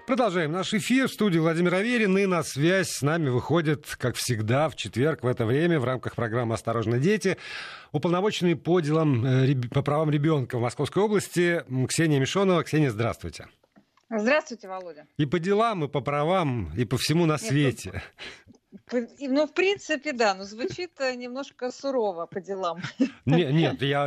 Продолжаем наш эфир. В студии Владимир Аверин. И на связь с нами выходит, как всегда, в четверг в это время в рамках программы «Осторожно, дети» уполномоченный по делам по правам ребенка в Московской области Ксения Мишонова. Ксения, здравствуйте. Здравствуйте, Володя. И по делам, и по правам, и по всему на свете. Ну, в принципе, да, но звучит немножко сурово по делам. Нет, я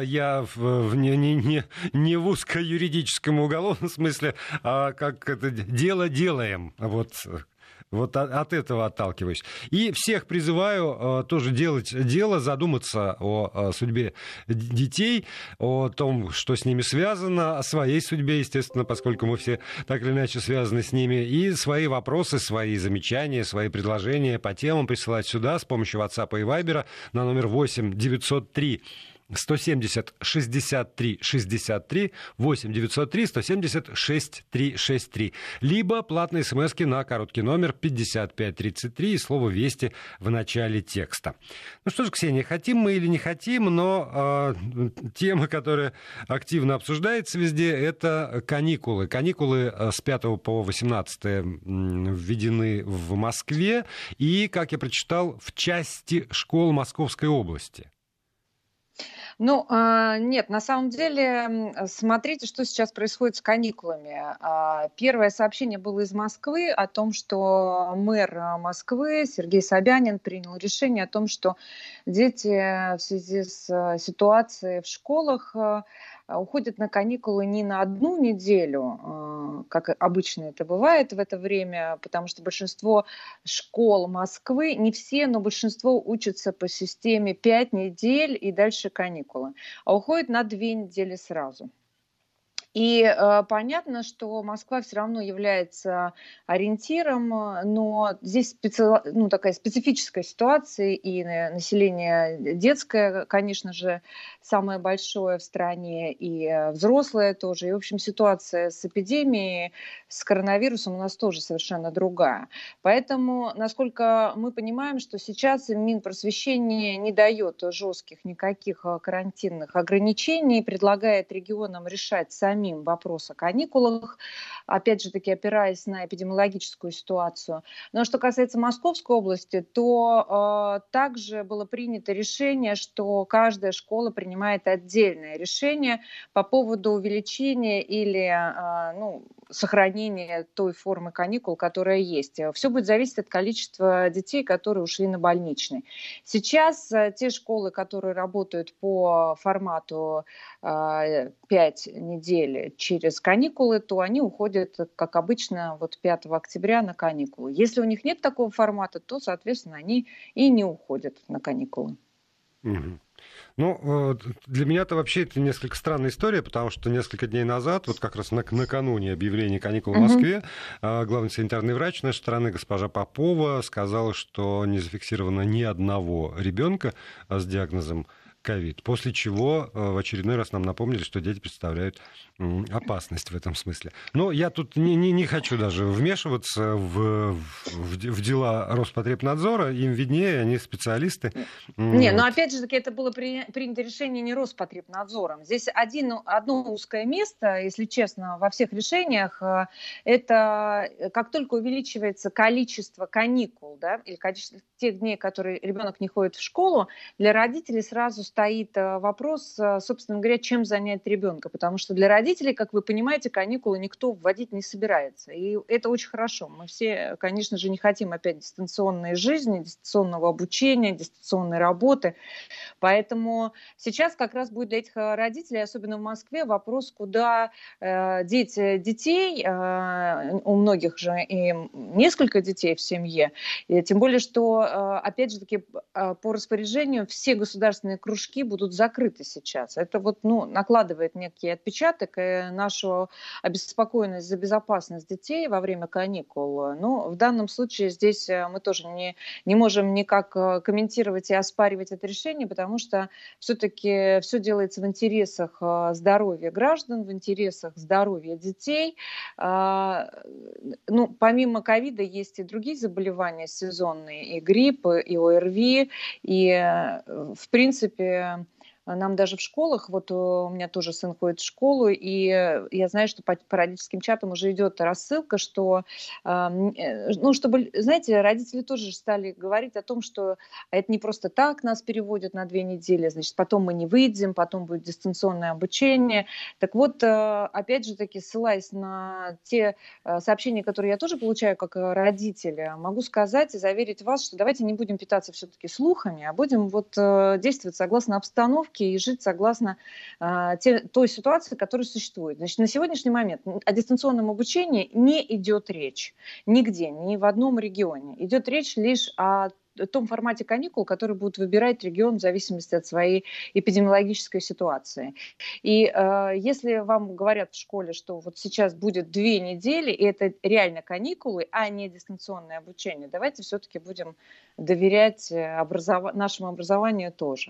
не в узкоюридическом уголовном смысле, а как это дело делаем. Вот от этого отталкиваюсь. И всех призываю тоже делать дело, задуматься о судьбе детей, о том, что с ними связано, о своей судьбе, естественно, поскольку мы все так или иначе связаны с ними, и свои вопросы, свои замечания, свои предложения по темам присылать сюда с помощью WhatsApp и Viber на номер 8 903 170 63 63, 8 903 170 63 63, либо платные смски на короткий номер 5533 и слово «Вести» в начале текста. Ну что ж, Ксения, хотим мы или не хотим, но тема, которая активно обсуждается везде, это каникулы. Каникулы с 5 по 18 введены в Москве и, как я прочитал, в части школ Московской области. Ну, нет, на самом деле, смотрите, что сейчас происходит с каникулами. Первое сообщение было из Москвы о том, что мэр Москвы Сергей Собянин принял решение о том, что дети в связи с ситуацией в школах уходят на каникулы не на 1 неделю, как обычно это бывает в это время, потому что большинство школ Москвы, не все, но большинство учатся по системе 5 недель и дальше каникулы, а уходят на 2 недели сразу. И понятно, что Москва все равно является ориентиром, но здесь такая специфическая ситуация, и население детское, конечно же, самое большое в стране, и взрослое тоже. И, в общем, ситуация с эпидемией, с коронавирусом у нас тоже совершенно другая. Поэтому, насколько мы понимаем, что сейчас Минпросвещение не дает жестких никаких карантинных ограничений, предлагает регионам решать самим вопрос о каникулах, опять же таки опираясь на эпидемиологическую ситуацию. Но что касается Московской области, то также было принято решение, что каждая школа принимает отдельное решение по поводу увеличения или сохранения той формы каникул, которая есть. Все будет зависеть от количества детей, которые ушли на больничный. Сейчас те школы, которые работают по формату 5 недель через каникулы, то они уходят, как обычно, 5 октября на каникулы. Если у них нет такого формата, то, соответственно, они и не уходят на каникулы. Угу. Ну, для меня-то вообще это несколько странная история, потому что несколько дней назад, как раз накануне объявления каникул в Москве, главный санитарный врач нашей страны, госпожа Попова, сказала, что не зафиксировано ни одного ребенка с диагнозом ковид, после чего в очередной раз нам напомнили, что дети представляют опасность в этом смысле. Но я тут не хочу даже вмешиваться в дела Роспотребнадзора, им виднее, они специалисты. Но опять же таки это было принято решение не Роспотребнадзором. Здесь одно узкое место, если честно, во всех решениях, это как только увеличивается количество каникул, да, или количество тех дней, которые ребенок не ходит в школу, для родителей сразу стоит вопрос, собственно говоря, чем занять ребенка, потому что для родителей, как вы понимаете, каникулы никто вводить не собирается, и это очень хорошо. Мы все, конечно же, не хотим опять дистанционной жизни, дистанционного обучения, дистанционной работы, поэтому сейчас как раз будет для этих родителей, особенно в Москве, вопрос, куда деть детей, у многих же и несколько детей в семье, и тем более, что, опять же таки, по распоряжению все государственные кружки будут закрыты сейчас. Это накладывает некий отпечаток и нашу обеспокоенность за безопасность детей во время каникул. Но в данном случае здесь мы тоже не можем никак комментировать и оспаривать это решение, потому что все-таки все делается в интересах здоровья граждан, в интересах здоровья детей. Помимо ковида есть и другие заболевания сезонные, и грипп, и ОРВИ, и в принципе нам даже в школах, вот у меня тоже сын ходит в школу, и я знаю, что по родительским чатам уже идет рассылка, что, ну, чтобы, знаете, родители тоже стали говорить о том, что это не просто так нас переводят на 2 недели, значит, потом мы не выйдем, потом будет дистанционное обучение. Так вот, опять же таки, ссылаясь на те сообщения, которые я тоже получаю как родитель, могу сказать и заверить вас, что давайте не будем питаться все-таки слухами, а будем вот действовать согласно обстановке и жить согласно той ситуации, которая существует. Значит, на сегодняшний момент о дистанционном обучении не идет речь нигде, ни в одном регионе. Идет речь лишь о том формате каникул, который будет выбирать регион в зависимости от своей эпидемиологической ситуации. И если вам говорят в школе, что вот сейчас будет 2 недели, и это реально каникулы, а не дистанционное обучение, давайте все-таки будем доверять нашему образованию тоже.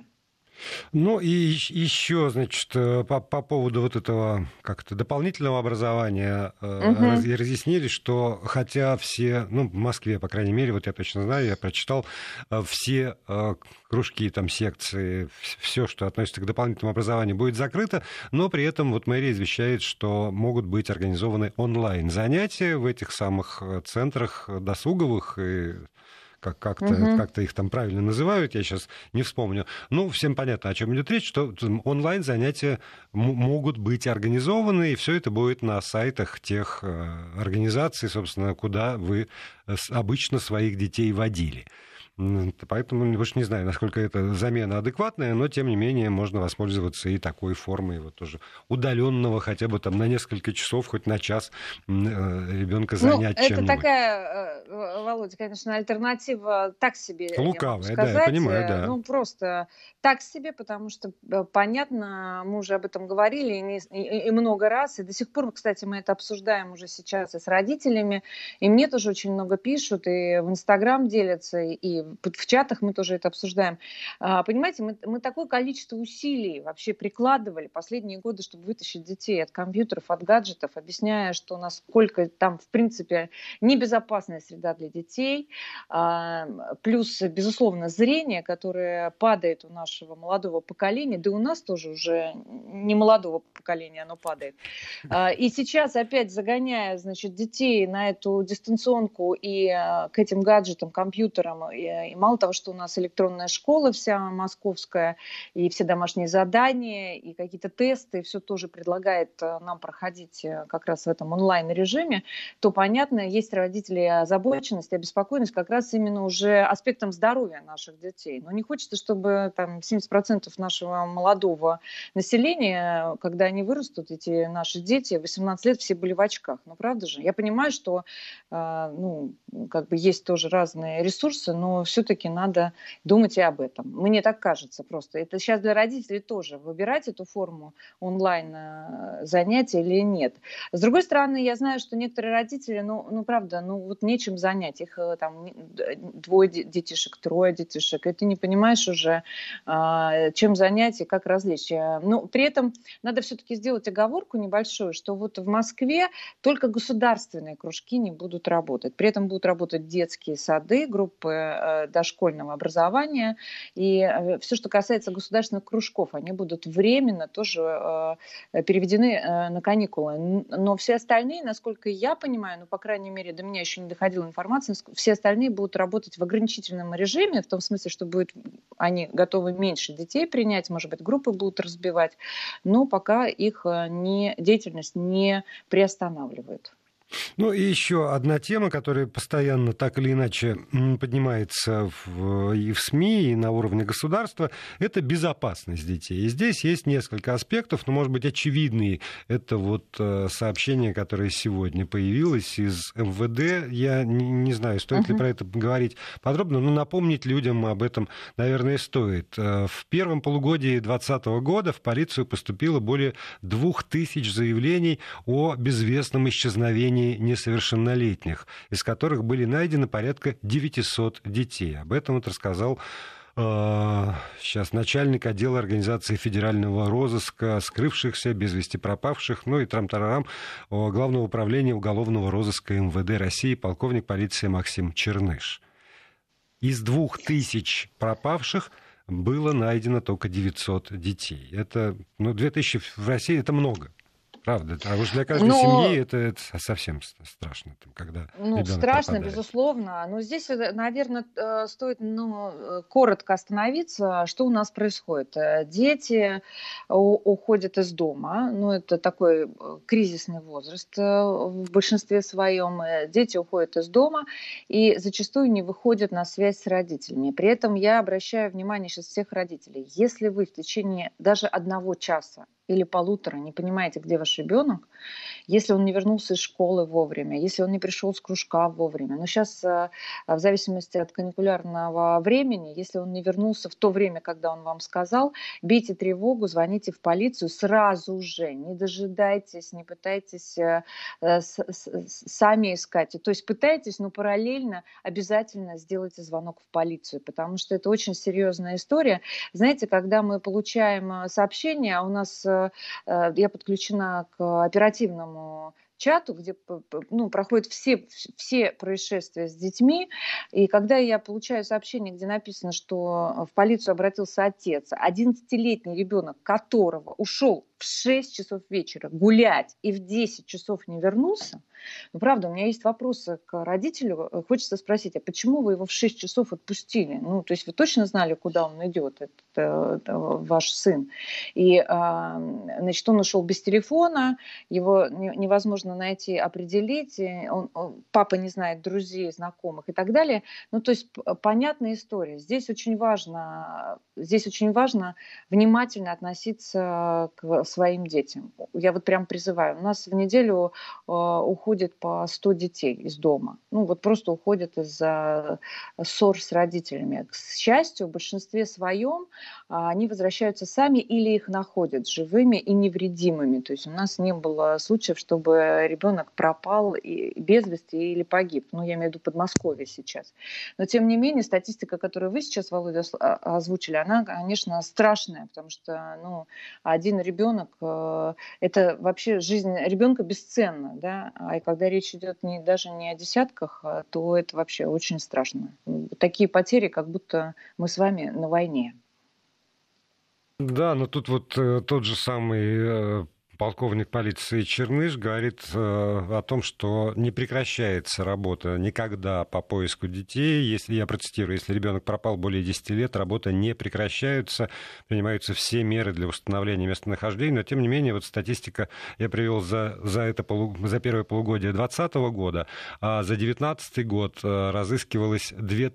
Ну и еще, значит, по поводу вот этого как-то дополнительного образования разъяснили, что хотя все, ну, в Москве, по крайней мере, вот я точно знаю, я прочитал, все кружки, там, секции, все, что относится к дополнительному образованию, будет закрыто, но при этом вот мэрия извещает, что могут быть организованы онлайн-занятия в этих самых центрах досуговых и как-то их там правильно называют, я сейчас не вспомню. Ну, всем понятно, о чем идет речь, что онлайн-занятия могут быть организованы, и все это будет на сайтах тех организаций, собственно, куда вы обычно своих детей водили. Поэтому, уж не знаю, насколько это замена адекватная, но, тем не менее, можно воспользоваться и такой формой вот тоже удаленного, хотя бы там на несколько часов, хоть на час ребенка занять это чем-нибудь. Такая, Володя, конечно, альтернатива так себе, лукавая, я могу сказать. Да, я понимаю, да. Ну, просто так себе, потому что, понятно, мы уже об этом говорили и много раз, и до сих пор, кстати, мы это обсуждаем уже сейчас и с родителями, и мне тоже очень много пишут, и в Инстаграм делятся, и в чатах мы тоже это обсуждаем. Понимаете, мы такое количество усилий вообще прикладывали последние годы, чтобы вытащить детей от компьютеров, от гаджетов, объясняя, что насколько там, в принципе, небезопасная среда для детей, плюс, безусловно, зрение, которое падает у нашего молодого поколения, да и у нас тоже уже не молодого поколения оно падает. И сейчас опять загоняя, значит, детей на эту дистанционку и к этим гаджетам, компьютерам, и мало того, что у нас электронная школа вся московская, и все домашние задания, и какие-то тесты, все тоже предлагает нам проходить как раз в этом онлайн-режиме, то, понятно, есть родители озабоченность, обеспокоенность как раз именно уже аспектом здоровья наших детей. Но не хочется, чтобы там 70% нашего молодого населения, когда они вырастут, эти наши дети, 18 лет, все были в очках. Ну, правда же? Я понимаю, что как бы есть тоже разные ресурсы, но все-таки надо думать и об этом. Мне так кажется просто. Это сейчас для родителей тоже. Выбирать эту форму онлайн занятий или нет. С другой стороны, я знаю, что некоторые родители, правда, вот нечем занять. Их там 2 детишек, 3 детишек. И ты не понимаешь уже, чем занять и как развлечь. Но при этом надо все-таки сделать оговорку небольшую, что вот в Москве только государственные кружки не будут работать. При этом будут работать детские сады, группы дошкольного образования. И все, что касается государственных кружков, они будут временно тоже переведены на каникулы. Но все остальные, насколько я понимаю, по крайней мере, до меня еще не доходила информация, все остальные будут работать в ограничительном режиме, в том смысле, что они готовы меньше детей принять, может быть, группы будут разбивать, но пока их деятельность не приостанавливают. Ну и еще одна тема, которая постоянно так или иначе поднимается и в СМИ, и на уровне государства, это безопасность детей. И здесь есть несколько аспектов, но, может быть, очевидный. Это вот сообщение, которое сегодня появилось из МВД. Я не знаю, стоит ли про это говорить подробно, но напомнить людям об этом, наверное, стоит. В первом полугодии 2020 года в полицию поступило более 2000 заявлений о безвестном исчезновении несовершеннолетних, из которых были найдены порядка 900 детей. Об этом вот рассказал сейчас начальник отдела организации федерального розыска скрывшихся, без вести пропавших, и трам-тарарам Главного управления уголовного розыска МВД России полковник полиции Максим Черныш. Из 2000 пропавших было найдено только 900 детей. Это, 2000 в России — это много. Правда, а уж для каждой семьи Но это совсем страшно, когда Ну, ребенок страшно, пропадает. безусловно. Но здесь, наверное, стоит коротко остановиться, что у нас происходит. Дети уходят из дома. Ну, это такой кризисный возраст в большинстве своем. Дети уходят из дома и зачастую не выходят на связь с родителями. При этом я обращаю внимание сейчас всех родителей. Если вы в течение даже 1 часа или полутора не понимаете, где ваш ребенок, если он не вернулся из школы вовремя, если он не пришел с кружка вовремя. Но сейчас, в зависимости от каникулярного времени, если он не вернулся в то время, когда он вам сказал, бейте тревогу, звоните в полицию сразу же, не дожидайтесь, не пытайтесь сами искать. То есть пытайтесь, но параллельно обязательно сделайте звонок в полицию, потому что это очень серьезная история. Знаете, когда мы получаем сообщение, а у нас, я подключена к оперативному чату, где проходят все происшествия с детьми. И когда я получаю сообщение, где написано, что в полицию обратился отец, 11-летний ребенок которого ушел в 6 часов вечера гулять и в 10 часов не вернулся, правда, у меня есть вопросы к родителю. Хочется спросить, а почему вы его в 6 часов отпустили? То есть вы точно знали, куда он идет, это ваш сын? И, значит, он ушел без телефона, его невозможно найти, определить, папа не знает друзей, знакомых и так далее. То есть понятная история. Здесь очень важно внимательно относиться к своим детям. Я прям призываю. У нас в неделю уходит по 100 детей из дома. Просто уходят из-за ссор с родителями. К счастью, в большинстве своем они возвращаются сами или их находят живыми и невредимыми. То есть у нас не было случаев, чтобы ребенок пропал и без вести или погиб. Я имею в виду Подмосковье сейчас. Но тем не менее, статистика, которую вы сейчас, Володя, озвучили, она, конечно, страшная, потому что один ребенок это вообще жизнь ребенка бесценна, да, и когда речь идет даже не о десятках, то это вообще очень страшно. Такие потери, как будто мы с вами на войне. Да, но тут тот же самый полковник полиции Черныш говорит о том, что не прекращается работа никогда по поиску детей. Если, я процитирую, если ребенок пропал более 10 лет, работа не прекращается, принимаются все меры для установления местонахождения. Но, тем не менее, статистика я привел за первое полугодие 2020 года, а за 2019 год разыскивалось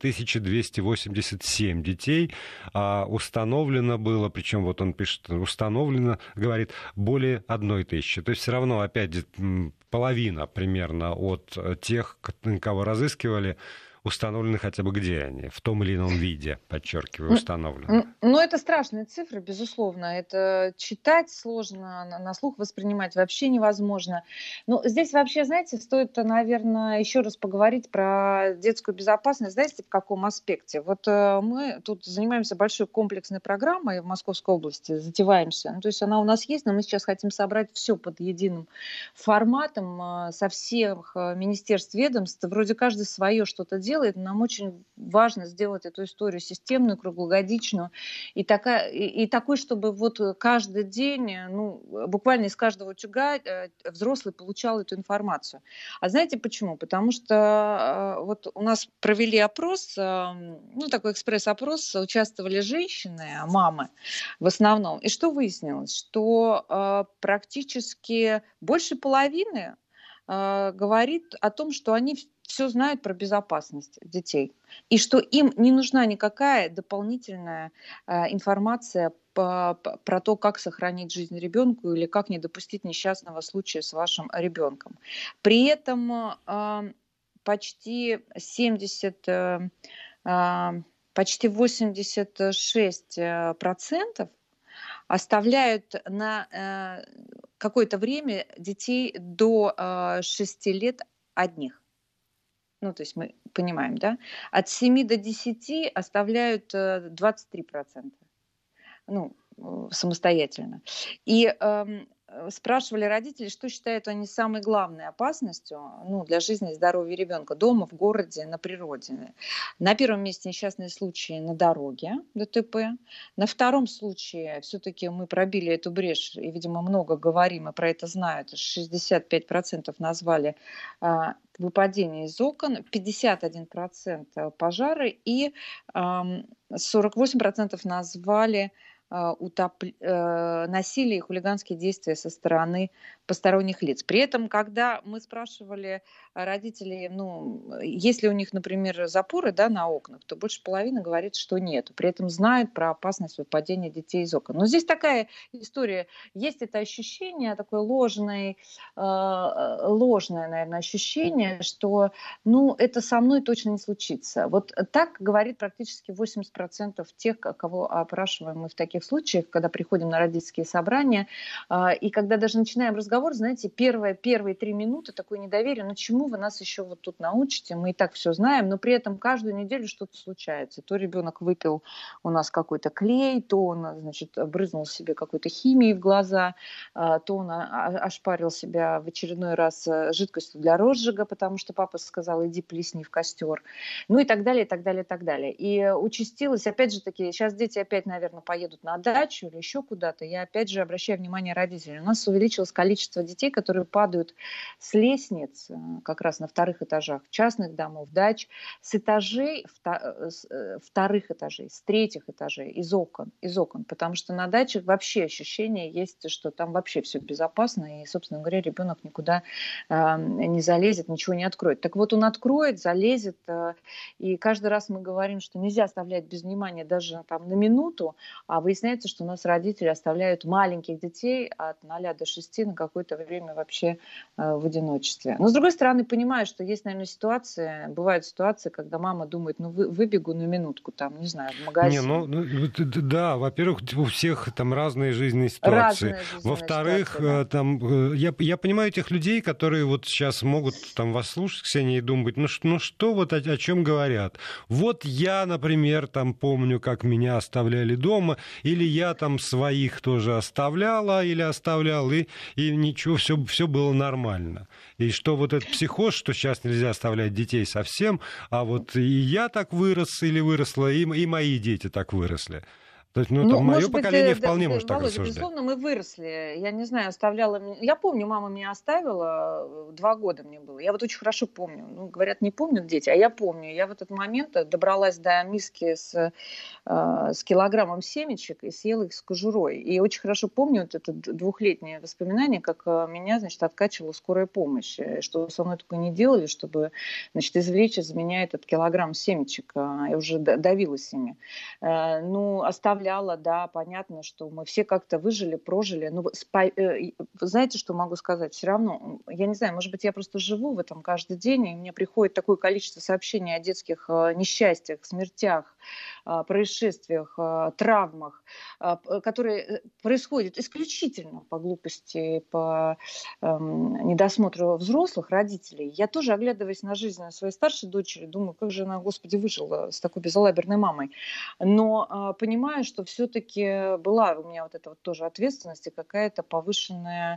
2287 детей, а установлено было, причем он пишет, говорит, более 1000. То есть все равно, опять, половина примерно от тех, кого разыскивали, установлены хотя бы где они, в том или ином виде, подчеркиваю, установлены. Это страшные цифры, безусловно. Это читать сложно, на слух воспринимать вообще невозможно. Здесь вообще, знаете, стоит, наверное, еще раз поговорить про детскую безопасность. Знаете, в каком аспекте? Мы тут занимаемся большой комплексной программой в Московской области, затеваемся. То есть она у нас есть, но мы сейчас хотим собрать все под единым форматом со всех министерств, ведомств. Вроде каждый свое что-то делает. Нам очень важно сделать эту историю системную, круглогодичную и такой, чтобы каждый день, буквально из каждого утюга взрослый получал эту информацию. А знаете почему? Потому что у нас провели опрос, такой экспресс-опрос, участвовали женщины, мамы в основном. И что выяснилось? Что практически больше половины говорит о том, что они все знают про безопасность детей, и что им не нужна никакая дополнительная информация про то, как сохранить жизнь ребенку или как не допустить несчастного случая с вашим ребенком. При этом почти 86% оставляют на какое-то время детей до 6 лет одних. То есть мы понимаем, да? От 7 до 10 оставляют 23%. Самостоятельно. И спрашивали родители, что считают они самой главной опасностью, ну, для жизни и здоровья ребенка дома, в городе, на природе. На первом месте несчастные случаи на дороге, ДТП. На втором случае все-таки мы пробили эту брешь, и, видимо, много говорим, и про это знают. 65% назвали выпадение из окон, 51% пожары и 48% назвали насилие и хулиганские действия со стороны посторонних лиц. При этом, когда мы спрашивали родителей, ну, есть ли у них, например, запоры, да, на окнах, то больше половины говорит, что нет. При этом знают про опасность выпадения детей из окон. Но здесь такая история. Есть это ощущение, такое ложное, наверное, ощущение, что, ну, это со мной точно не случится. Вот так говорит практически 80% тех, кого опрашиваем мы в таких случаях, когда приходим на родительские собрания, и когда даже начинаем разговор, знаете, первые 3 минуты такое недоверие, ну чему вы нас еще вот тут научите, мы и так все знаем, но при этом каждую неделю что-то случается. То ребенок выпил у нас какой-то клей, то он, значит, брызнул себе какой-то химией в глаза, то он ошпарил себя в очередной раз жидкостью для розжига, потому что папа сказал, иди плесни в костер, ну и так далее, и так далее, и так далее. И участилось, опять же таки, сейчас дети опять, наверное, поедут на дачу или еще куда-то, я опять же обращаю внимание родителей. У нас увеличилось количество детей, которые падают с лестниц, как раз на вторых этажах частных домов, дач, с этажей, вторых этажей, с третьих этажей, из окон, потому что на дачах вообще ощущение есть, что там вообще все безопасно, и, собственно говоря, ребенок никуда не залезет, ничего не откроет. Так вот, он откроет, залезет, и каждый раз мы говорим, что нельзя оставлять без внимания даже там на минуту, а выясняется, что у нас родители оставляют маленьких детей от 0 до 6 на какое-то время вообще в одиночестве. Но, с другой стороны, понимаю, что есть, наверное, бывают ситуации, когда мама думает, ну, выбегу на минутку, там, не знаю, в магазин. Не, да, во-первых, у всех там разные жизненные ситуации. Во-вторых, там, я понимаю этих людей, которые вот сейчас могут там вас слушать, Ксения, и думать, ну что вот о чем говорят. Вот я, например, там помню, как меня оставляли дома, или я там своих тоже оставляла или оставлял, и ничего, все было нормально. И что вот этот психоз, что сейчас нельзя оставлять детей совсем, а вот и я так вырос или выросла, и мои дети так выросли. То есть, ну, там, мое поколение вполне может так рассуждать. Безусловно, мы выросли. Я не знаю, оставляла... Я помню, мама меня оставила, 2 года мне было. Я вот очень хорошо помню. Ну, говорят, не помнят дети, а я помню. Я в этот момент добралась до миски с килограммом семечек и съела их с кожурой. И очень хорошо помню вот это 2-летнее воспоминание, как меня, значит, откачивала скорая помощь. Что со мной только не делали, чтобы, значит, извлечь из меня этот килограмм семечек. Я уже давилась ими. Ну, оставляла, да, понятно, что мы все как-то выжили, прожили. Но знаете, что могу сказать? Все равно, я не знаю, может быть, я просто живу в этом каждый день, и мне приходит такое количество сообщений о детских несчастьях, смертях, происшествиях, травмах, которые происходят исключительно по глупости, по недосмотру взрослых родителей. Я тоже, оглядываясь на жизнь своей старшей дочери, думаю, как же она, Господи, выжила с такой безалаберной мамой. Но понимаю, что все-таки была у меня вот эта вот тоже ответственность и какая-то повышенная,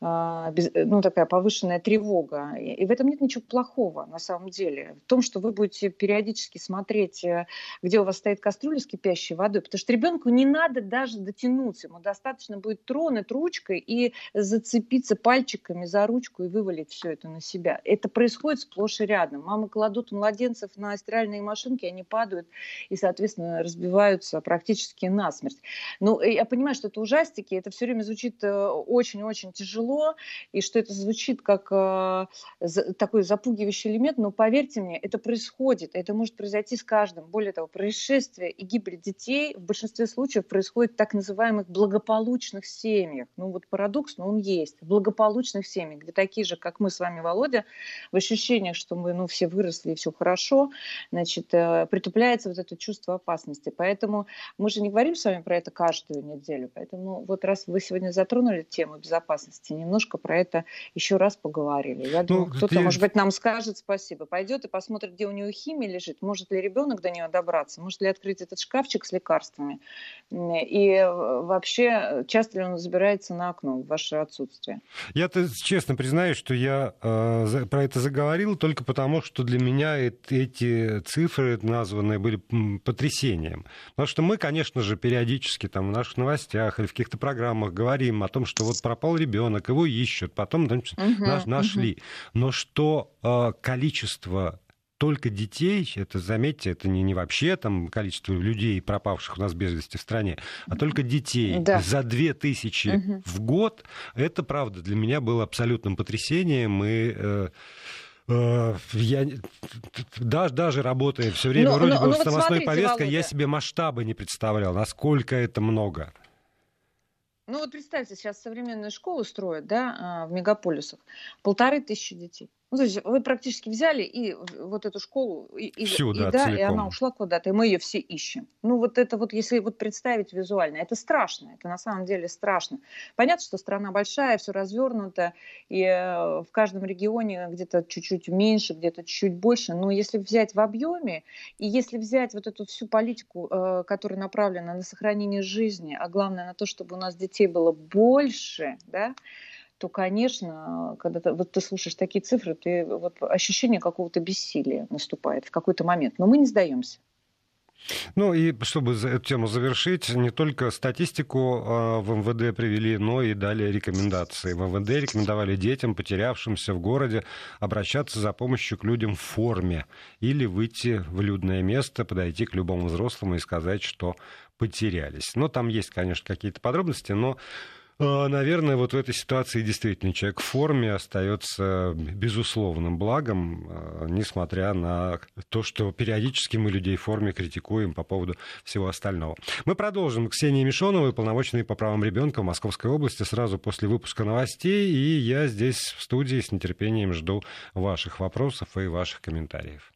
такая повышенная тревога. И в этом нет ничего плохого на самом деле. В том, что вы будете периодически смотреть, где у вас стоит кастрюля с кипящей водой, потому что ребенку не надо даже дотянуться, ему достаточно будет тронуть ручкой и зацепиться пальчиками за ручку и вывалить все это на себя. Это происходит сплошь и рядом. Мамы кладут младенцев на стиральные машинки, они падают и, соответственно, разбиваются практически насмерть. Ну, я понимаю, что это ужастики, это все время звучит очень-очень тяжело, и что это звучит как такой запугивающий элемент, но поверьте мне, это происходит, это может произойти с каждым. Более того, происшествия и гибель детей в большинстве случаев происходит в так называемых благополучных семьях. Ну вот парадокс, но он есть. В благополучных семьях, где такие же, как мы с вами, Володя, в ощущениях, что мы все выросли и все хорошо, значит, притупляется вот это чувство опасности. Поэтому мы же не говорим с вами про это каждую неделю. Поэтому вот раз вы сегодня затронули тему безопасности, немножко про это еще раз поговорили. Я думаю, кто-то, может быть, нам скажет спасибо. Пойдет и посмотрит, где у него химия лежит, может ли ребенок до нее добраться. ситуации? Может ли открыть этот шкафчик с лекарствами? И вообще, часто ли он забирается на окно в ваше отсутствие? Я-то честно признаюсь, что я про это заговорил только потому, что для меня эти цифры названные были потрясением. Потому что мы, конечно же, периодически там в наших новостях или в каких-то программах говорим о том, что вот пропал ребенок, его ищут, потом нашли. Но что количество только детей, это, заметьте, это не вообще там количество людей, пропавших у нас без вести в стране, а только детей за 2000 в год, это, правда, для меня было абсолютным потрясением. И я даже работая все время вроде бы с новостной повесткой, я себе масштабы не представлял, насколько это много. Ну вот представьте, сейчас современные школы строят, да, в мегаполисах, 1500 детей. Ну, то есть вы практически взяли и вот эту школу, Всю, да, и она ушла куда-то, и мы ее все ищем. Ну вот это вот, если вот представить визуально, это страшно, это на самом деле страшно. Понятно, что страна большая, все развернуто, и в каждом регионе где-то чуть-чуть меньше, где-то чуть-чуть больше, но если взять в объеме, и если взять вот эту всю политику, которая направлена на сохранение жизни, а главное на то, чтобы у нас детей было больше, да, то, конечно, когда ты слушаешь такие цифры, вот ощущение какого-то бессилия наступает в какой-то момент. Но мы не сдаемся. Ну и чтобы эту тему завершить, не только статистику в МВД привели, но и дали рекомендации. В МВД рекомендовали детям, потерявшимся в городе, обращаться за помощью к людям в форме или выйти в людное место, подойти к любому взрослому и сказать, что потерялись. Но там есть, конечно, какие-то подробности, но наверное, вот в этой ситуации действительно человек в форме остается безусловным благом, несмотря на то, что периодически мы людей в форме критикуем по поводу всего остального. Мы продолжим. Ксения Мишонова, уполномоченная по правам ребенка в Московской области, сразу после выпуска новостей. И я здесь в студии с нетерпением жду ваших вопросов и ваших комментариев.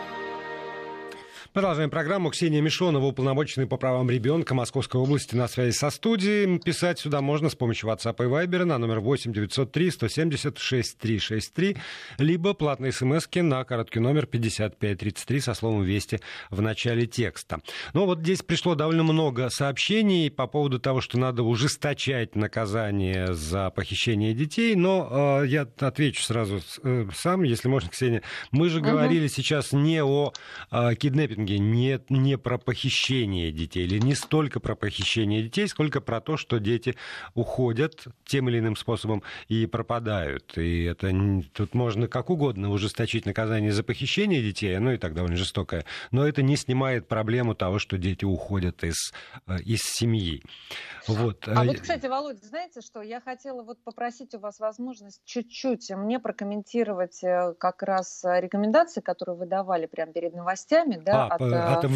Продолжаем программу. Ксения Мишонова, уполномоченная по правам ребенка Московской области, на связи со студией. Писать сюда можно с помощью WhatsApp и Viber на номер 8 903 170 6363, либо платные смски на короткий номер 5533 со словом «Вести» в начале текста. Но вот здесь пришло довольно много сообщений по поводу того, что надо ужесточать наказание за похищение детей, но я отвечу сразу сам, если можно, Ксения. Мы же говорили сейчас не о киднеппинге, не про похищение детей, или не столько про похищение детей, сколько про то, что дети уходят тем или иным способом и пропадают. И это тут можно как угодно ужесточить наказание за похищение детей, оно и так довольно жестокое, но это не снимает проблему того, что дети уходят из семьи. Вот. А вот, кстати, Володя, знаете что, я хотела вот попросить у вас возможность чуть-чуть мне прокомментировать как раз рекомендации, которые вы давали прямо перед новостями, да, от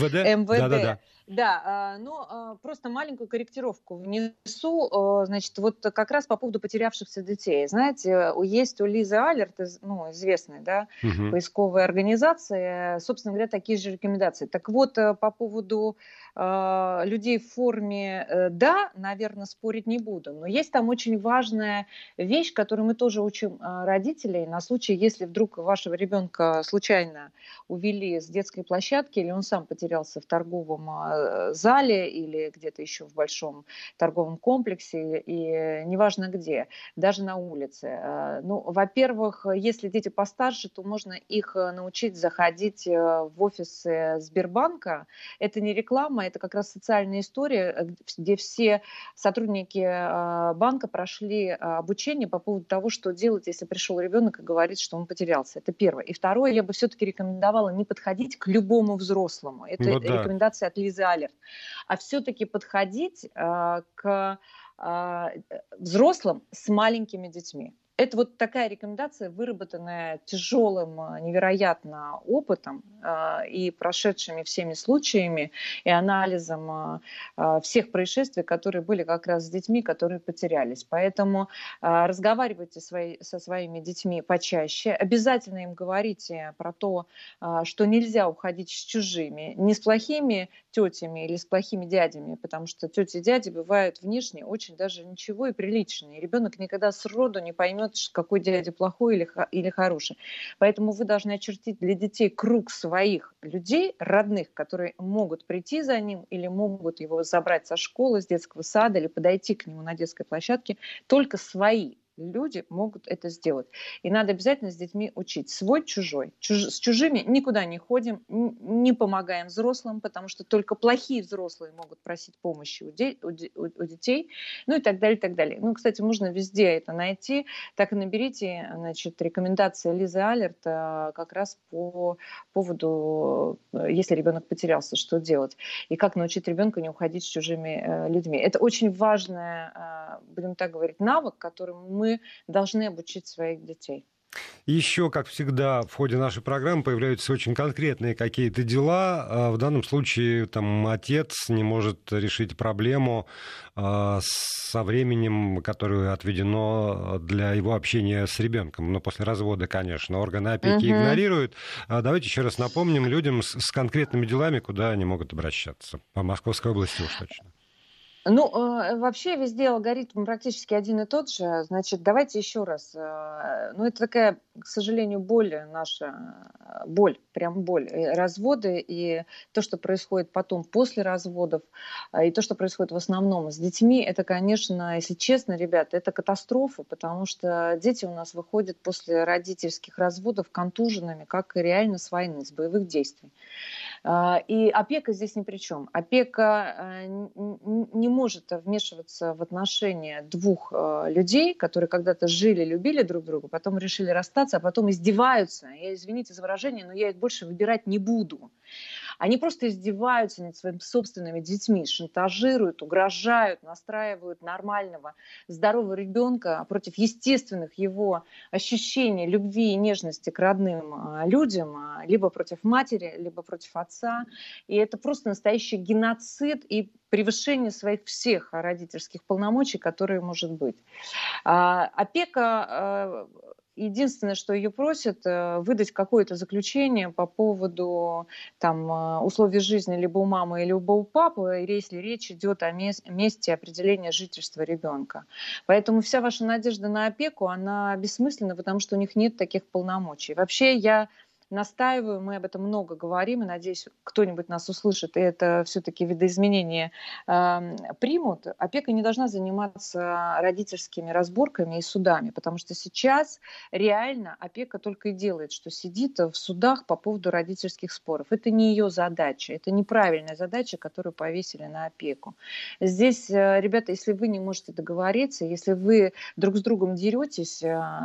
МВД. Да, но просто маленькую корректировку внесу, значит, вот как раз по поводу потерявшихся детей. Знаете, есть у Лизы Алерт, известной, да, поисковой организации, собственно говоря, такие же рекомендации. Так вот, по поводу людей в форме, да, наверное, спорить не буду, но есть там очень важная вещь, которую мы тоже учим родителей на случай, если вдруг вашего ребенка случайно увели с детской площадки, или он сам потерялся в торговом зале, или где-то еще в большом торговом комплексе, и неважно где, даже на улице. Ну, во-первых, если дети постарше, то можно их научить заходить в офисы Сбербанка. Это не реклама, это как раз социальная история, где все сотрудники банка прошли обучение по поводу того, что делать, если пришел ребенок и говорит, что он потерялся. Это первое. И второе, я бы все-таки рекомендовала не подходить к любому взрослому. Это рекомендация от Лизы Алерт. А все-таки подходить к взрослым с маленькими детьми. Это вот такая рекомендация, выработанная тяжелым, невероятно опытом и прошедшими всеми случаями и анализом всех происшествий, которые были как раз с детьми, которые потерялись. Поэтому разговаривайте со своими детьми почаще. Обязательно им говорите про то, что нельзя уходить с чужими, не с плохими тетями или с плохими дядями, потому что тети и дяди бывают внешне очень даже ничего и приличные. И ребенок никогда сроду не поймет, ну это ж какой дядя плохой или хороший. Поэтому вы должны очертить для детей круг своих людей, родных, которые могут прийти за ним или могут его забрать со школы, с детского сада или подойти к нему на детской площадке. Только свои люди могут это сделать. И надо обязательно с детьми учить. Свой, чужой. С чужими никуда не ходим, не помогаем взрослым, потому что только плохие взрослые могут просить помощи у детей, ну и так далее, так далее. Ну, кстати, можно везде это найти. Так и наберите, значит, рекомендации Лизы Алерт как раз по поводу, если ребенок потерялся, что делать. И как научить ребенка не уходить с чужими людьми. Это очень важный, будем так говорить, навык, которым мы должны обучить своих детей. Еще, как всегда, в ходе нашей программы появляются очень конкретные какие-то дела. В данном случае там, отец не может решить проблему со временем, которое отведено для его общения с ребенком. Но после развода, конечно, органы опеки игнорируют. Давайте еще раз напомним людям с конкретными делами, куда они могут обращаться. По Московской области уж точно. Ну, вообще везде алгоритм практически один и тот же. Значит, давайте еще раз. Ну, это такая, к сожалению, боль наша, боль, прям боль. Разводы и то, что происходит потом после разводов, и то, что происходит в основном с детьми, это, конечно, если честно, ребята, это катастрофа, потому что дети у нас выходят после родительских разводов контуженными, как и реально с войны, с боевых действий. И опека здесь ни при чем. Опека не может вмешиваться в отношения двух людей, которые когда-то жили, любили друг друга, потом решили расстаться, а потом издеваются. Я, извините за выражение, но я их больше выбирать не буду. Они просто издеваются над своими собственными детьми, шантажируют, угрожают, настраивают нормального, здорового ребенка против естественных его ощущений любви и нежности к родным людям, либо против матери, либо против отца. И это просто настоящий геноцид и превышение своих всех родительских полномочий, которые может быть. Опека... Единственное, что ее просят, выдать какое-то заключение по поводу там, условий жизни либо у мамы, либо у папы, если речь идет о месте определения жительства ребенка. Поэтому вся ваша надежда на опеку, она бессмысленна, потому что у них нет таких полномочий. Вообще я настаиваю, мы об этом много говорим, и надеюсь, кто-нибудь нас услышит, и это все-таки видоизменения примут. Опека не должна заниматься родительскими разборками и судами, потому что сейчас реально опека только и делает, что сидит в судах по поводу родительских споров. Это не ее задача, это неправильная задача, которую повесили на опеку. Здесь, ребята, если вы не можете договориться, если вы друг с другом деретесь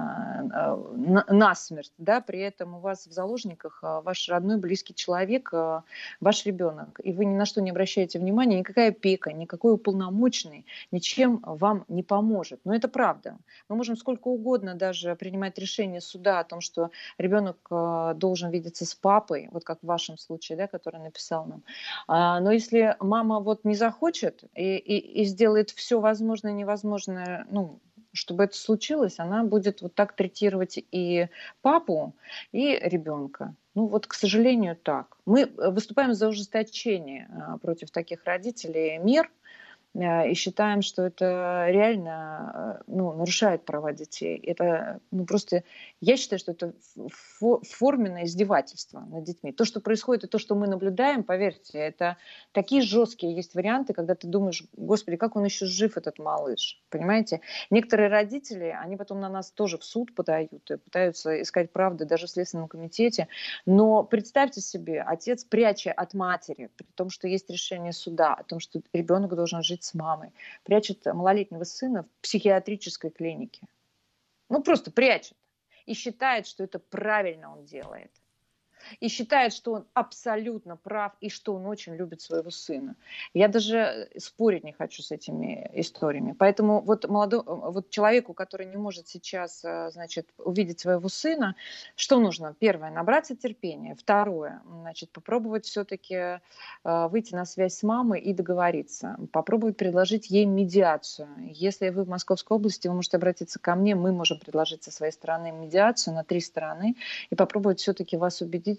насмерть, да, при этом у вас в заложниках ваш родной близкий человек, ваш ребенок, и вы ни на что не обращаете внимания, никакая опека, никакой уполномоченный ничем вам не поможет. Но это правда. Мы можем сколько угодно даже принимать решение суда о том, что ребенок должен видеться с папой, вот как в вашем случае, да, который написал нам. Но если мама вот не захочет и сделает все возможное и невозможное, ну, чтобы это случилось, она будет вот так третировать и папу, и ребенка. Ну вот, к сожалению, так. Мы выступаем за ужесточение против таких родителей мер и считаем, что это реально нарушает права детей. Это просто, я считаю, что это форменное издевательство над детьми. То, что происходит, и то, что мы наблюдаем, поверьте, это такие жесткие есть варианты, когда ты думаешь, господи, как он еще жив, этот малыш, понимаете? Некоторые родители, они потом на нас тоже в суд подают и пытаются искать правду даже в Следственном комитете, но представьте себе, отец, пряча от матери, при том, что есть решение суда о том, что ребенок должен жить с мамой, прячет малолетнего сына в психиатрической клинике. Ну, просто прячет. И считает, что это правильно он делает. И считает, что он абсолютно прав и что он очень любит своего сына. Я даже спорить не хочу с этими историями. Поэтому вот человеку, который не может сейчас, значит, увидеть своего сына, что нужно? Первое, набраться терпения. Второе, значит, попробовать все-таки выйти на связь с мамой и договориться. Попробовать предложить ей медиацию. Если вы в Московской области, вы можете обратиться ко мне, мы можем предложить со своей стороны медиацию на 3 стороны и попробовать все-таки вас убедить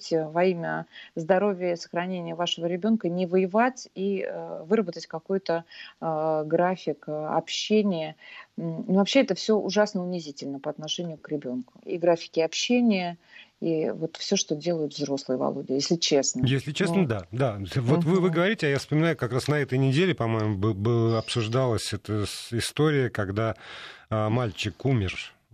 решить во имя здоровья и сохранения вашего ребенка не воевать и выработать какой-то график общения. Вообще это все ужасно унизительно по отношению к ребенку. И графики общения, и вот все, что делают взрослые, Володя, если честно. Если честно, да. Вот вы говорите, а я вспоминаю, как раз на этой неделе, по-моему, обсуждалась эта история, когда мальчик умер.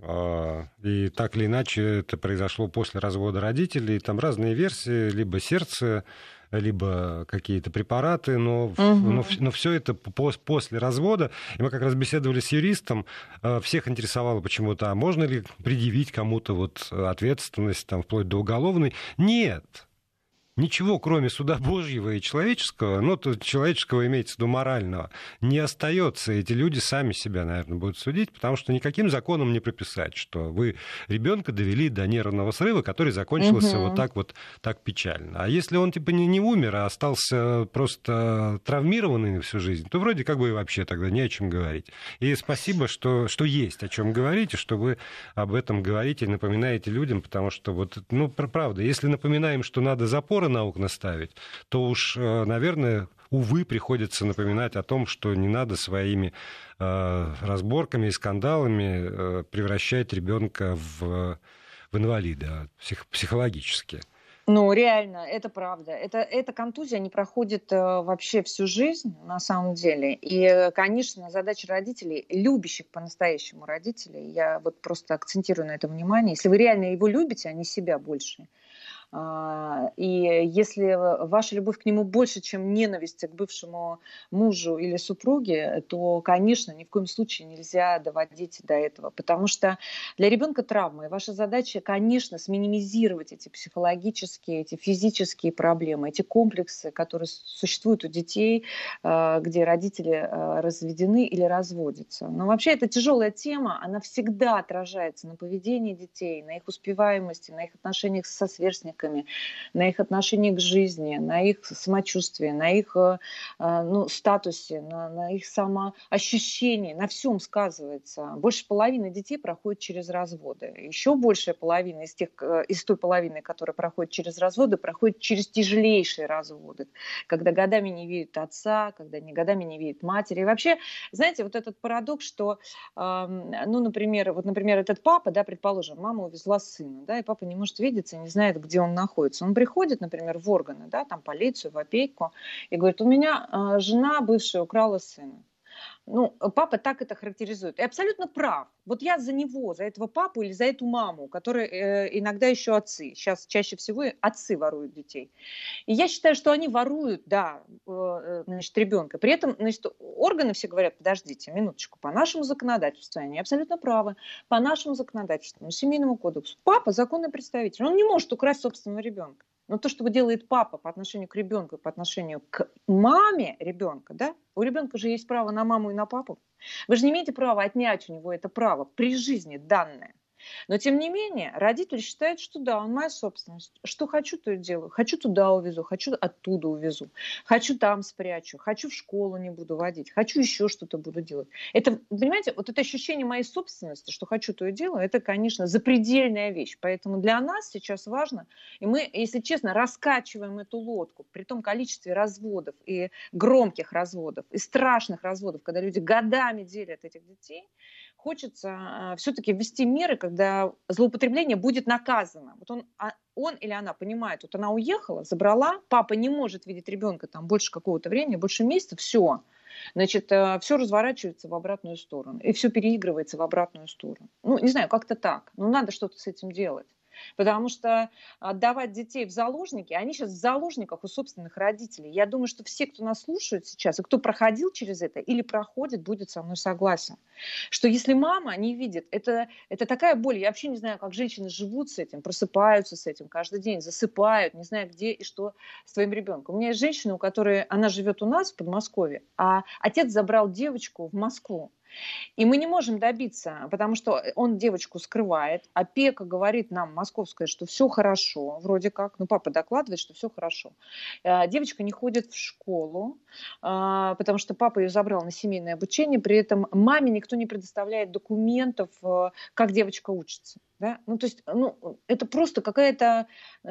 И так или иначе это произошло после развода родителей. Там разные версии, либо сердце, либо какие-то препараты, но все это после развода. И мы как раз беседовали с юристом, всех интересовало почему-то, а можно ли предъявить кому-то вот ответственность, там, вплоть до уголовной? Нет. Ничего, кроме суда Божьего и человеческого, ну, то человеческого имеется в виду морального, не остается. Эти люди сами себя, наверное, будут судить, потому что никаким законом не прописать, что вы ребенка довели до нервного срыва, который закончился вот так печально. А если он типа не умер, а остался просто травмированный на всю жизнь, то вроде как бы и вообще тогда не о чем говорить. И спасибо, что есть о чем говорить, и что вы об этом говорите и напоминаете людям, потому что вот, ну, правда, если напоминаем, что надо запор на окна ставить, то уж, наверное, увы, приходится напоминать о том, что не надо своими разборками и скандалами превращать ребенка в инвалида психологически. Ну, реально, это правда. Эта контузия не проходит вообще всю жизнь, на самом деле. И, конечно, задача родителей, любящих по-настоящему родителей, я вот просто акцентирую на это внимание, если вы реально его любите, а не себя больше, и если ваша любовь к нему больше, чем ненависть к бывшему мужу или супруге, то, конечно, ни в коем случае нельзя доводить до этого. Потому что для ребенка травма. И ваша задача, конечно, сминимизировать эти психологические, эти физические проблемы, эти комплексы, которые существуют у детей, где родители разведены или разводятся. Но вообще это тяжелая тема, она всегда отражается на поведении детей, на их успеваемости, на их отношениях со сверстниками, на их отношении к жизни, на их самочувствии, на их статусе, на их самоощущении, на всем сказывается. Больше половины детей проходит через разводы. Еще большая половина из той половины, которая проходит через разводы, проходит через тяжелейшие разводы, когда годами не видят отца, когда годами не видят матери. И вообще, знаете, вот этот парадокс, что, например, этот папа, да, предположим, мама увезла сына, да, и папа не может видеться, не знает, где он находится. Он приходит, например, в органы, да, там полицию, в опеку, и говорит: у меня жена бывшая украла сына. Ну, папа так это характеризует. И абсолютно прав. Вот я за него, за этого папу или за эту маму, которые иногда еще отцы. Сейчас чаще всего отцы воруют детей. И я считаю, что они воруют, да, ребенка. При этом, органы все говорят: подождите, минуточку, по нашему законодательству, они абсолютно правы, по нашему законодательству, семейному кодексу, папа законный представитель, он не может украсть собственного ребенка. Но то, что делает папа по отношению к ребенку, по отношению к маме ребенка, да, у ребенка же есть право на маму и на папу. Вы же не имеете права отнять у него это право при жизни данное. Но, тем не менее, родитель считает, что да, он моя собственность. Что хочу, то и делаю. Хочу туда увезу, хочу оттуда увезу. Хочу там спрячу, хочу в школу не буду водить, хочу еще что-то буду делать. Это, понимаете, вот это ощущение моей собственности, что хочу, то и делаю, это, конечно, запредельная вещь. Поэтому для нас сейчас важно, и мы, если честно, раскачиваем эту лодку при том количестве разводов и громких разводов, и страшных разводов, когда люди годами делят этих детей. Хочется все-таки ввести меры, когда злоупотребление будет наказано. Вот он или она понимает, вот она уехала, забрала, папа не может видеть ребенка там больше какого-то времени, больше месяца, все. Значит, все разворачивается в обратную сторону. И все переигрывается в обратную сторону. Ну, не знаю, как-то так. Но надо что-то с этим делать. Потому что отдавать детей в заложники, они сейчас в заложниках у собственных родителей. Я думаю, что все, кто нас слушает сейчас, и кто проходил через это или проходит, будет со мной согласен. Что если мама не видит, это такая боль. Я вообще не знаю, как женщины живут с этим, просыпаются с этим каждый день, засыпают, не знаю, где и что с твоим ребенком. У меня есть женщина, у которой она живет у нас в Подмосковье, а отец забрал девочку в Москву. И мы не можем добиться, потому что он девочку скрывает, опека говорит нам, московская, что все хорошо, вроде как, ну, папа докладывает, что все хорошо. Девочка не ходит в школу, потому что папа ее забрал на семейное обучение, при этом маме никто не предоставляет документов, как девочка учится. Да? Ну, то есть, это просто какая-то,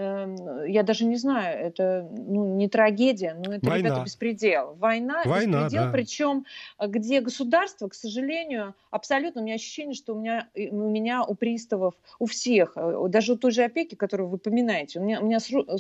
я даже не знаю, это не трагедия, но это, Война. ребята, беспредел. Война, беспредел, да. причем где государство, к сожалению, абсолютно, у меня ощущение, что у меня, у приставов, у всех, даже у той же опеки, которую вы поминаете, у меня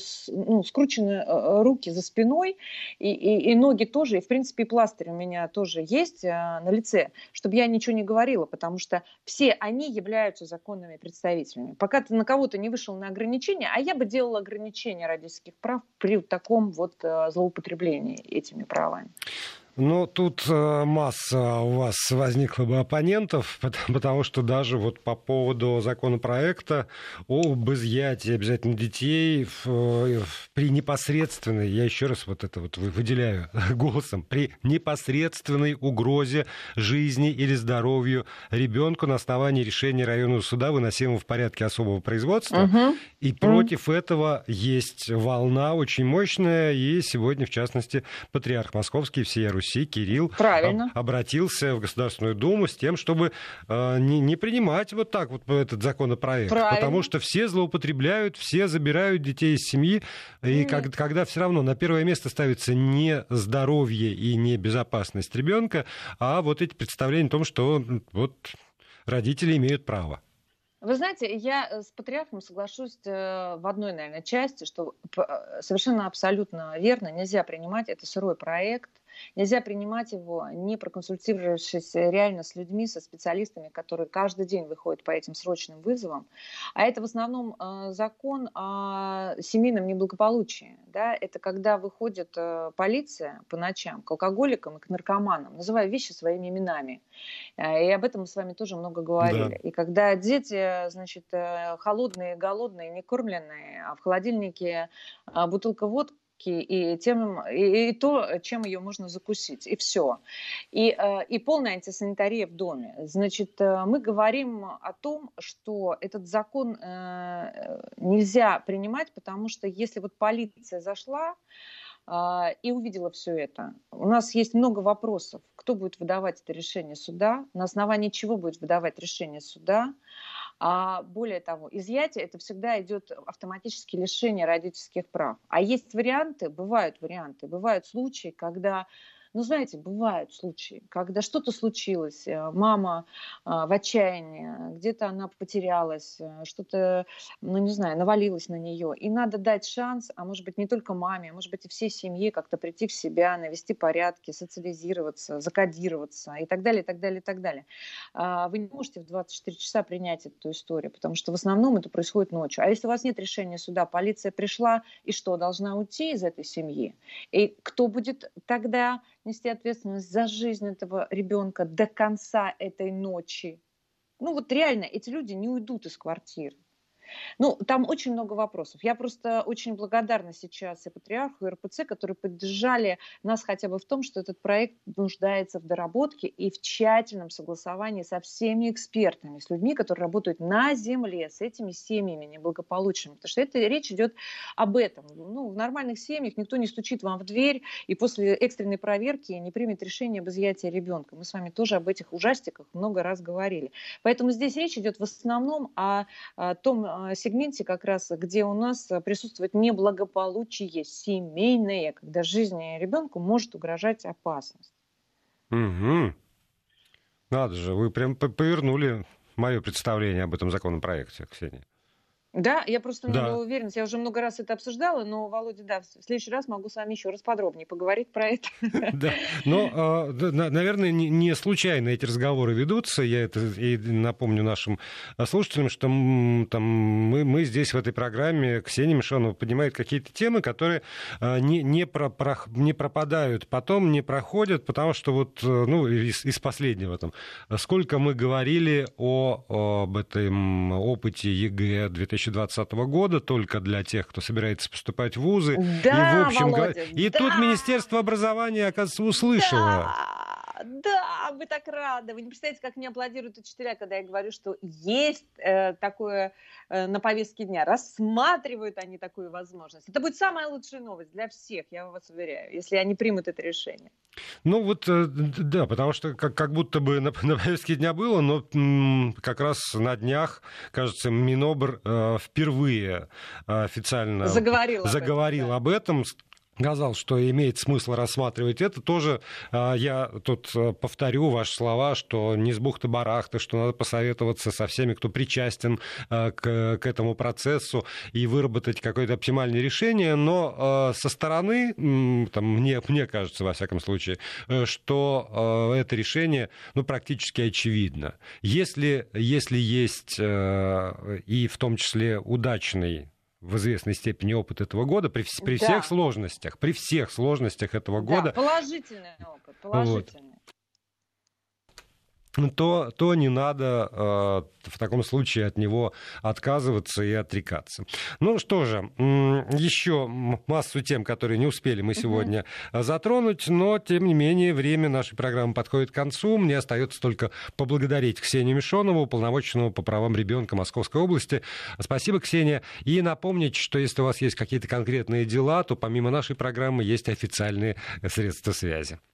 скручены руки за спиной, и ноги тоже, и, в принципе, и пластырь у меня тоже есть на лице, чтобы я ничего не говорила, потому что все они являются законными представителями. Пока ты на кого-то не вышел на ограничения, а я бы делала ограничения родительских прав при таком вот злоупотреблении этими правами. Ну, тут масса у вас возникла бы оппонентов, потому что даже вот по поводу законопроекта об изъятии обязательно детей при непосредственной, я еще раз вот это вот выделяю голосом, при непосредственной угрозе жизни или здоровью ребенку на основании решения районного суда, выносимого в порядке особого производства. И против этого есть волна очень мощная, и сегодня, в частности, патриарх Московский всея Руси Кирилл обратился в Государственную Думу с тем, чтобы не принимать вот так вот этот законопроект. Правильно. Потому что все злоупотребляют, все забирают детей из семьи. И когда все равно на первое место ставится не здоровье и не безопасность ребенка, а вот эти представления о том, что вот родители имеют право. Вы знаете, я с патриархом соглашусь в одной, наверное, части, что совершенно абсолютно верно, нельзя принимать это сырой проект, нельзя принимать его, не проконсультировавшись реально с людьми, со специалистами, которые каждый день выходят по этим срочным вызовам. А это в основном закон о семейном неблагополучии. Да? Это когда выходит полиция по ночам к алкоголикам и к наркоманам, называя вещи своими именами. И об этом мы с вами тоже много говорили. Да. И когда дети, значит, холодные, голодные, не кормленные, а в холодильнике бутылка водки, и то, чем ее можно закусить, и все. И полная антисанитария в доме. Значит, мы говорим о том, что этот закон нельзя принимать, потому что если вот полиция зашла и увидела все это, у нас есть много вопросов. Кто будет выдавать это решение суда? На основании чего будет выдавать решение суда? А более того, изъятие – это всегда идет автоматически лишение родительских прав. А есть варианты, бывают случаи, когда, ну, знаете, бывают случаи, когда что-то случилось, мама в отчаянии, где-то она потерялась, что-то, ну, не знаю, навалилось на нее. И надо дать шанс, а может быть, не только маме, а может быть, и всей семье как-то прийти в себя, навести порядки, социализироваться, закодироваться и так далее, и так далее, и так далее. Вы не можете в 24 часа принять эту историю, потому что в основном это происходит ночью. А если у вас нет решения суда, полиция пришла, и что, должна уйти из этой семьи? И кто будет тогда нести ответственность за жизнь этого ребенка до конца этой ночи? Ну вот реально, эти люди не уйдут из квартиры. Ну, там очень много вопросов. Я просто очень благодарна сейчас и патриарху, и РПЦ, которые поддержали нас хотя бы в том, что этот проект нуждается в доработке и в тщательном согласовании со всеми экспертами, с людьми, которые работают на земле, с этими семьями неблагополучными. Потому что это речь идет об этом. Ну, в нормальных семьях никто не стучит вам в дверь и после экстренной проверки не примет решение об изъятии ребенка. Мы с вами тоже об этих ужастиках много раз говорили. Поэтому здесь речь идет в основном о том сегменте, как раз, где у нас присутствует неблагополучие семейное, когда жизни ребенку может угрожать опасность. Угу. Надо же, вы прям повернули мое представление об этом законопроекте, Ксения. Да, я просто не была уверена. Я уже много раз это обсуждала, но, Володя, да, в следующий раз могу с вами еще раз подробнее поговорить про это. Да, но, наверное, не случайно эти разговоры ведутся. Я это и напомню нашим слушателям, что мы здесь в этой программе, Ксения Мишонова поднимает какие-то темы, которые не пропадают, потом не проходят, потому что вот, ну, из последнего там, сколько мы говорили об этом опыте ЕГЭ 2020 года только для тех, кто собирается поступать в вузы. Да, и, в общем, Володя, и тут Министерство образования, оказывается, услышало. да, мы так рады. Вы не представляете, как мне аплодируют учителя, когда я говорю, что есть такое на повестке дня. Рассматривают они такую возможность. Это будет самая лучшая новость для всех, я вас уверяю, если они примут это решение. Ну вот, да, потому что как будто бы на повестке дня было, но как раз на днях, кажется, Минобр впервые официально заговорил об этом. Сказал, что имеет смысл рассматривать это. Тоже я тут повторю ваши слова, что не с бухты-барахты, что надо посоветоваться со всеми, кто причастен к этому процессу и выработать какое-то оптимальное решение. Но со стороны, там, мне кажется, во всяком случае, что это решение практически очевидно. Если есть и в том числе удачный в известной степени опыт этого года, при всех сложностях этого года. Положительный опыт, положительный. То не надо в таком случае от него отказываться и отрекаться. Ну что же, еще массу тем, которые не успели мы сегодня затронуть, но, тем не менее, время нашей программы подходит к концу. Мне остается только поблагодарить Ксению Мишонову, уполномоченного по правам ребенка Московской области. Спасибо, Ксения. И напомнить, что если у вас есть какие-то конкретные дела, то помимо нашей программы есть официальные средства связи.